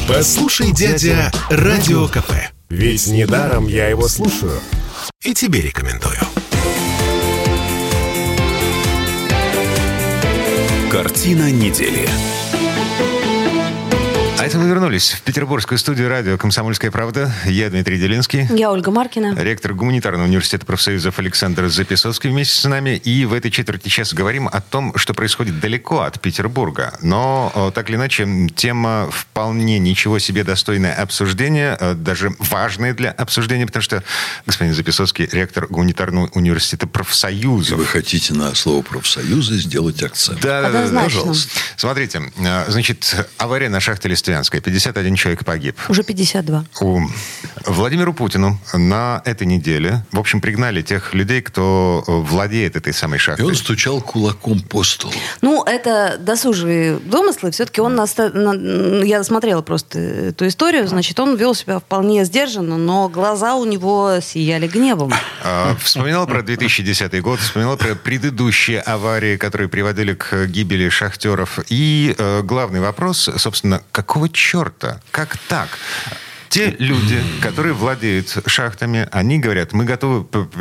Послушай, дядя, Радио КП. Ведь недаром я его слушаю. И тебе рекомендую. Картина недели. А это мы вернулись в петербургскую студию радио «Комсомольская правда». Я Дмитрий Делинский. Я Ольга Маркина. Ректор Гуманитарного университета профсоюзов Александр Записоцкий вместе с нами. И в этой четверти часа говорим о том, что происходит далеко от Петербурга. Но, так или иначе, тема вполне ничего себе достойная обсуждения, даже важная для обсуждения, потому что господин Записоцкий ректор Гуманитарного университета профсоюзов. И вы хотите на слово «профсоюзы» сделать акцент. Да, пожалуйста. Смотрите, значит, авария на шахте Листвянской. 51 человек погиб. Уже 52. Владимиру Путину на этой неделе, в общем, пригнали тех людей, кто владеет этой самой шахтой. И он стучал кулаком по столу. Ну, это досужие домыслы. Все-таки он... Я смотрела просто эту историю. Значит, он вел себя вполне сдержанно, но глаза у него сияли гневом. Вспоминал про 2010 год, вспоминал про предыдущие аварии, которые приводили к гибели шахтеров. И главный вопрос, собственно, какого черта? Как так? Те люди, которые владеют шахтами, они говорят, мы готовы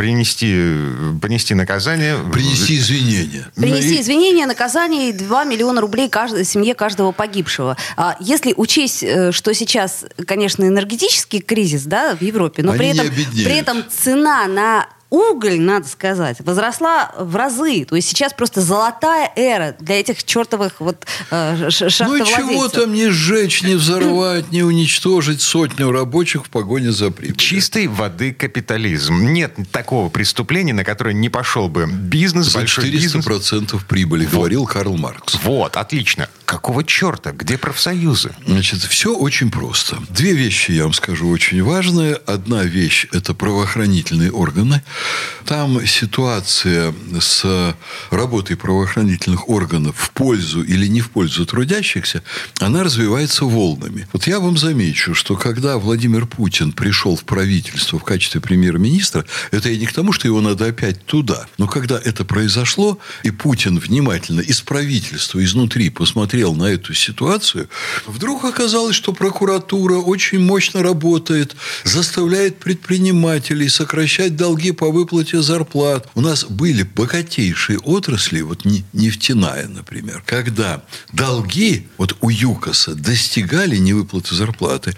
понести наказание. Принести извинения. Принести извинения, наказание и 2 миллиона рублей семье каждого погибшего. Если учесть, что сейчас, конечно, энергетический кризис, да, в Европе, но при этом цена на уголь, надо сказать, возросла в разы. То есть сейчас просто золотая эра для этих чертовых шахтовладельцев. Ну и чего там не сжечь, не взорвать, не уничтожить сотню рабочих в погоне за прибылью. Чистой воды капитализм. Нет такого преступления, на которое не пошел бы бизнес, за большой бизнес. 400% прибыли, говорил Карл Маркс. Вот, отлично. Какого черта? Где профсоюзы? Значит, все очень просто. Две вещи, я вам скажу, очень важные. Одна вещь – это правоохранительные органы. Там ситуация с работой правоохранительных органов в пользу или не в пользу трудящихся, она развивается волнами. Вот я вам замечу, что когда Владимир Путин пришел в правительство в качестве премьер-министра, это я не к тому, что его надо опять туда, но когда это произошло, и Путин внимательно из правительства, изнутри посмотрел на эту ситуацию, вдруг оказалось, что прокуратура очень мощно работает, заставляет предпринимателей сокращать долги по выплате зарплат. У нас были богатейшие отрасли, вот нефтяная, например, когда долги вот у ЮКОСа достигали невыплаты зарплаты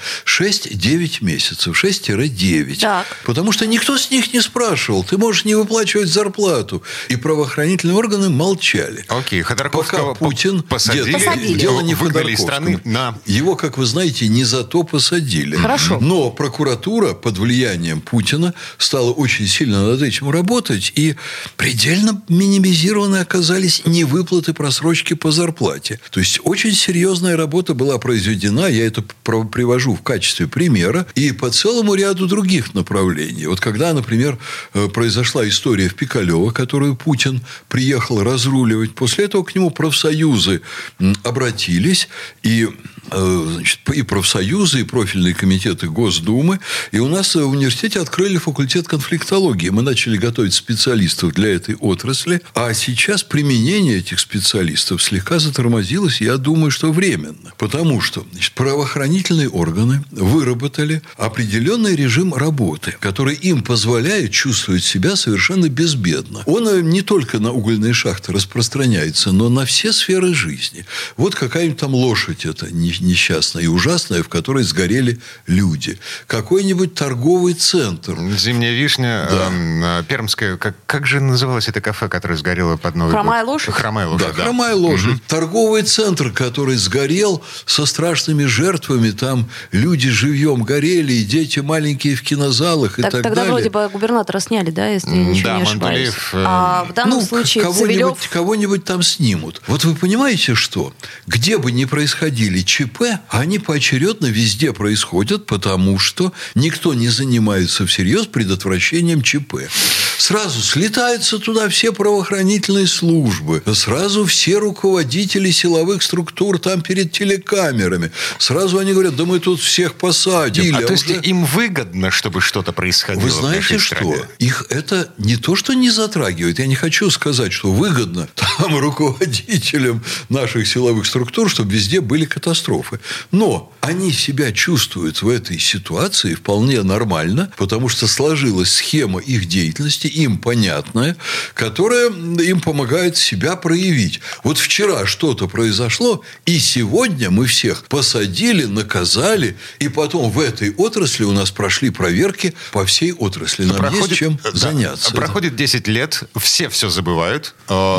6-9 месяцев, 6-9. Так. Потому что никто с них не спрашивал, ты можешь не выплачивать зарплату. И правоохранительные органы молчали. Окей, Ходорковского пока Путин... посадили. Дело не в Ходорковском. Его, как вы знаете, не за то посадили. Хорошо. Но прокуратура под влиянием Путина стала очень сильно над этим работать, и предельно минимизированы оказались невыплаты просрочки по зарплате. То есть, очень серьезная работа была произведена, я это привожу в качестве примера, и по целому ряду других направлений. Вот когда, например, произошла история в Пикалево, которую Путин приехал разруливать, после этого к нему профсоюзы обратились, и профсоюзы, и профильные комитеты Госдумы, и у нас в университете открыли факультет конфликтологии. Мы начали готовить специалистов для этой отрасли, а сейчас применение этих специалистов слегка затормозилось, я думаю, что временно. Потому что правоохранительные органы выработали определенный режим работы, который им позволяет чувствовать себя совершенно безбедно. Он не только на угольные шахты распространяется, но на все сферы жизни. Вот какая-нибудь там лошадь эта несчастная и ужасная, в которой сгорели люди. Какой-нибудь торговый центр. Зимняя вишня, да. Пермская. Как же называлось это кафе, которое сгорело под Новый год? Хромая лошадь? Хромая лошадь, да. Хромая лошадь. Угу. Торговый центр, который сгорел со страшными жертвами. Там люди живьем горели, и дети маленькие в кинозалах и так тогда далее. Вроде бы губернатора сняли, да, если я ничего не ошибаюсь. А в данном случае кого-нибудь там снимут. Вот вы понимаете, что? Где бы ни происходили ЧП, они поочередно везде происходят, потому что никто не занимается всерьез предотвращением ЧП. Сразу слетаются туда все правоохранительные службы, сразу все руководители силовых структур там перед телекамерами. Сразу они говорят, да мы тут всех посадим. То есть им выгодно, чтобы что-то происходило? Вы знаете что? Их это не то, что не затрагивает. Я не хочу сказать, что выгодно там руководителям наших силовых структур, чтобы везде были катастрофы. Но они себя чувствуют в этой ситуации вполне нормально, потому что сложилась схема их деятельности, им понятная, которая им помогает себя проявить. Вот вчера что-то произошло, и сегодня мы всех посадили, наказали, и потом в этой отрасли у нас прошли проверки по всей отрасли. Нам есть чем заняться. Проходит 10 лет, все забывают,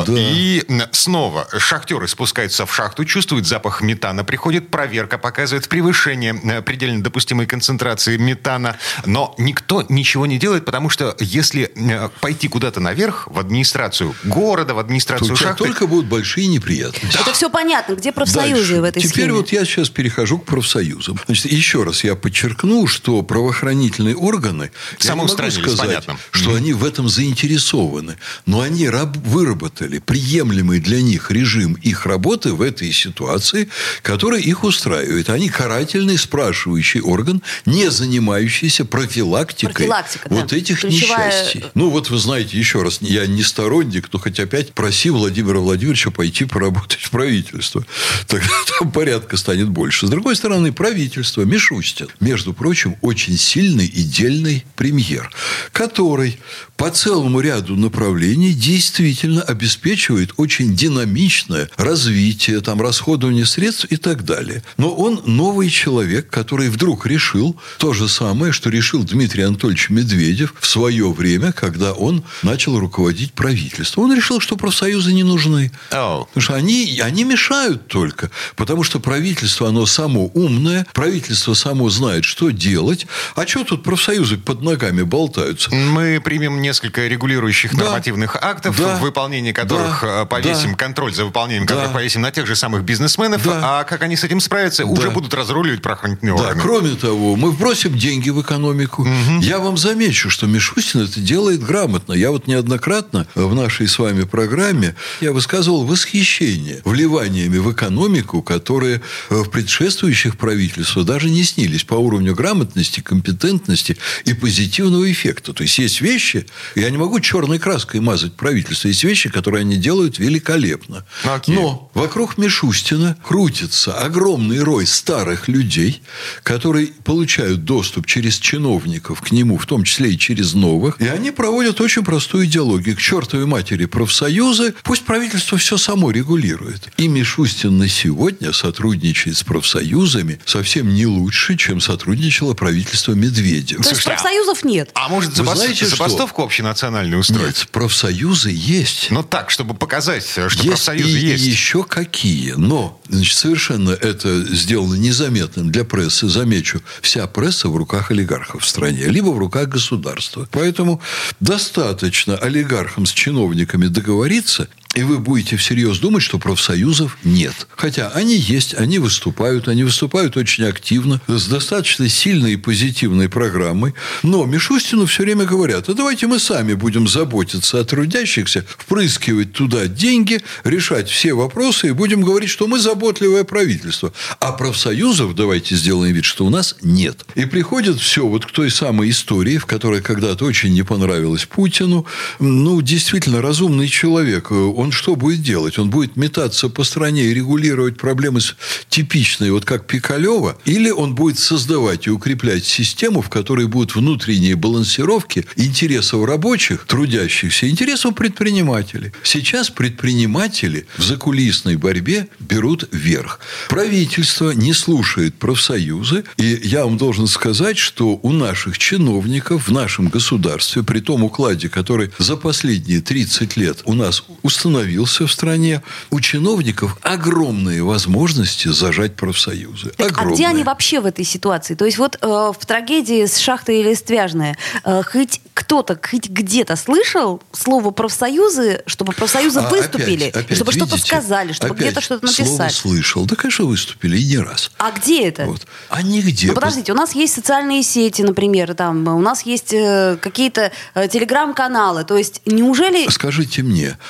и снова шахтеры спускаются в шахту, чувствуют запах метана, приходит проверка, показывает превышение предельно допустимой концентрации метана, но никто ничего не делает, потому что если пойти куда-то наверх, в администрацию города, в администрацию шахты... только будут большие неприятности. Это все понятно. Где профсоюзы Дальше. в этой схеме? Теперь вот я сейчас перехожу к профсоюзам. Значит, еще раз я подчеркну, что правоохранительные органы, я не могу сказать, что они в этом заинтересованы, но они выработали приемлемый для них режим их работы в этой ситуации, который их устраивает. Они карательный спрашивающий орган, не занимающийся профилактикой вот этих несчастий. Ну, вот вы знаете, еще раз, я не сторонник, но хоть опять проси Владимира Владимировича пойти поработать в правительство. Тогда там порядка станет больше. С другой стороны, правительство, Мишустин, между прочим, очень сильный и дельный премьер, который по целому ряду направлений действительно обеспечивает очень динамичное развитие, там, расходование средств и так далее. Но он новый человек, который вдруг решил то же самое, что решил Дмитрий Анатольевич Медведев в свое время, когда он начал руководить правительством. Он решил, что профсоюзы не нужны. Потому что они мешают только. Потому что правительство, оно само умное, правительство само знает, что делать. А что тут профсоюзы под ногами болтаются? Мы примем несколько регулирующих нормативных актов, в выполнении которых повесим контроль за выполнением которых повесим на тех же самых бизнесменов, а как они с этим справятся, уже будут разруливать правоохранительные органы. Кроме того, мы вбросим деньги в экономику. Я вам замечу, что Мишустин это делает грамотно. Я вот неоднократно в нашей с вами программе я высказывал восхищение вливаниями в экономику, которые в предшествующих правительствах даже не снились по уровню грамотности, компетентности и позитивного эффекта. То есть, есть вещи, я не могу черной краской мазать правительство, есть вещи, которые они делают великолепно. Но вокруг Мишустина крутится огромный рой старых людей, которые получают доступ через чиновников к нему, в том числе и через новых, и они проводят очень простую идеологию. К чертовой матери профсоюзы, пусть правительство все само регулирует. И Мишустин на сегодня сотрудничает с профсоюзами совсем не лучше, чем сотрудничало правительство Медведева. То есть профсоюзов нет? А может забастовку общенациональную устроить? Нет, профсоюзы есть. Но так, чтобы показать, что профсоюзы есть. И еще какие. Но, значит, совершенно это сделано незаметным для прессы. Замечу, вся пресса в руках олигархов в стране, либо в руках государства. Поэтому достаточно олигархам с чиновниками договориться, и вы будете всерьез думать, что профсоюзов нет. Хотя они есть, они выступают очень активно, с достаточно сильной и позитивной программой. Но Мишустину все время говорят, а давайте мы сами будем заботиться о трудящихся, впрыскивать туда деньги, решать все вопросы и будем говорить, что мы заботливое правительство. А профсоюзов, давайте сделаем вид, что у нас нет. И приходит все вот к той самой истории, в которой когда-то очень не понравилось Путину. Ну, действительно, разумный человек. Он что будет делать? Он будет метаться по стране и регулировать проблемы типичные, вот как Пикалева? Или он будет создавать и укреплять систему, в которой будут внутренние балансировки интересов рабочих, трудящихся, интересов предпринимателей? Сейчас предприниматели в закулисной борьбе берут верх. Правительство не слушает профсоюзы. И я вам должен сказать, что у наших чиновников в нашем государстве, при том укладе, который за последние 30 лет у нас установился в стране, у чиновников огромные возможности зажать профсоюзы. Так, а где они вообще в этой ситуации? То есть, вот в трагедии с шахтой Листвяжная хоть кто-то, хоть где-то слышал слово профсоюзы, чтобы профсоюзы выступили, опять, чтобы что-то сказали, чтобы где-то что-то написали? Слово слышал. Да, конечно, выступили, и не раз. А где это? Вот. А нигде. Ну, подождите, у нас есть социальные сети, например, там, у нас есть какие-то телеграм-каналы. То есть, неужели... Скажите мне, а вы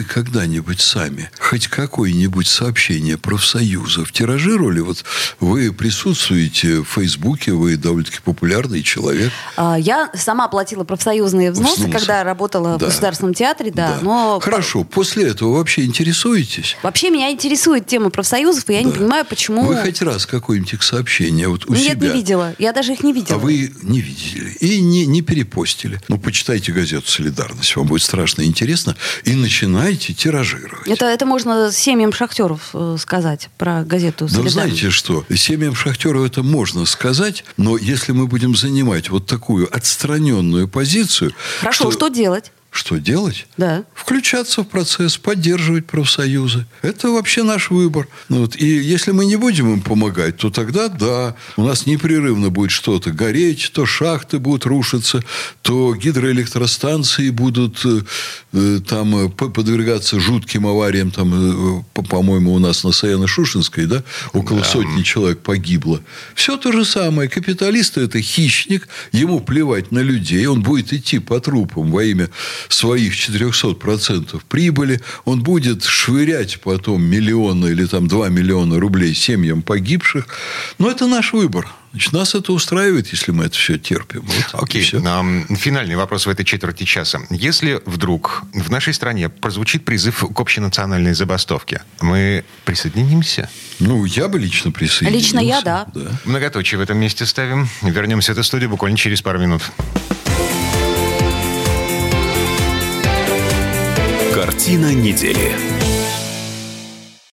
когда-нибудь сами хоть какое-нибудь сообщение профсоюзов тиражировали? Вот вы присутствуете в Фейсбуке, вы довольно-таки популярный человек. Я сама платила профсоюзные взносы, когда работала в Государственном театре, но... Хорошо. После этого вообще интересуетесь? Вообще меня интересует тема профсоюзов, и я не понимаю, почему... Вы хоть раз какое-нибудь их сообщение вот у себя? Нет, не видела. Я даже их не видела. А вы не видели и не перепостили. Почитайте газету «Солидарность», вам будет страшно интересно, и начинайте тиражировать. Это можно семьям шахтеров сказать про газету «Солидарность». Да, знаете что, семьям шахтеров это можно сказать, но если мы будем занимать вот такую отстраненную позицию... Хорошо, что делать? Что делать? Да. Включаться в процесс, поддерживать профсоюзы. Это вообще наш выбор. И если мы не будем им помогать, то тогда, у нас непрерывно будет что-то гореть, то шахты будут рушиться, то гидроэлектростанции будут там подвергаться жутким авариям. Там, по-моему, у нас на Саяно-Шушенской, около сотни человек погибло. Все то же самое. Капиталист – это хищник, ему плевать на людей, он будет идти по трупам во имя своих 400% прибыли, он будет швырять потом миллион или 2 миллиона рублей семьям погибших. Но это наш выбор. Значит, нас это устраивает, если мы это все терпим. Окей. Финальный вопрос в этой четверти часа. Если вдруг в нашей стране прозвучит призыв к общенациональной забастовке, мы присоединимся? Я бы лично присоединился. Лично я, да. Многоточие в этом месте ставим. Вернемся в эту студию буквально через пару минут. Картина недели.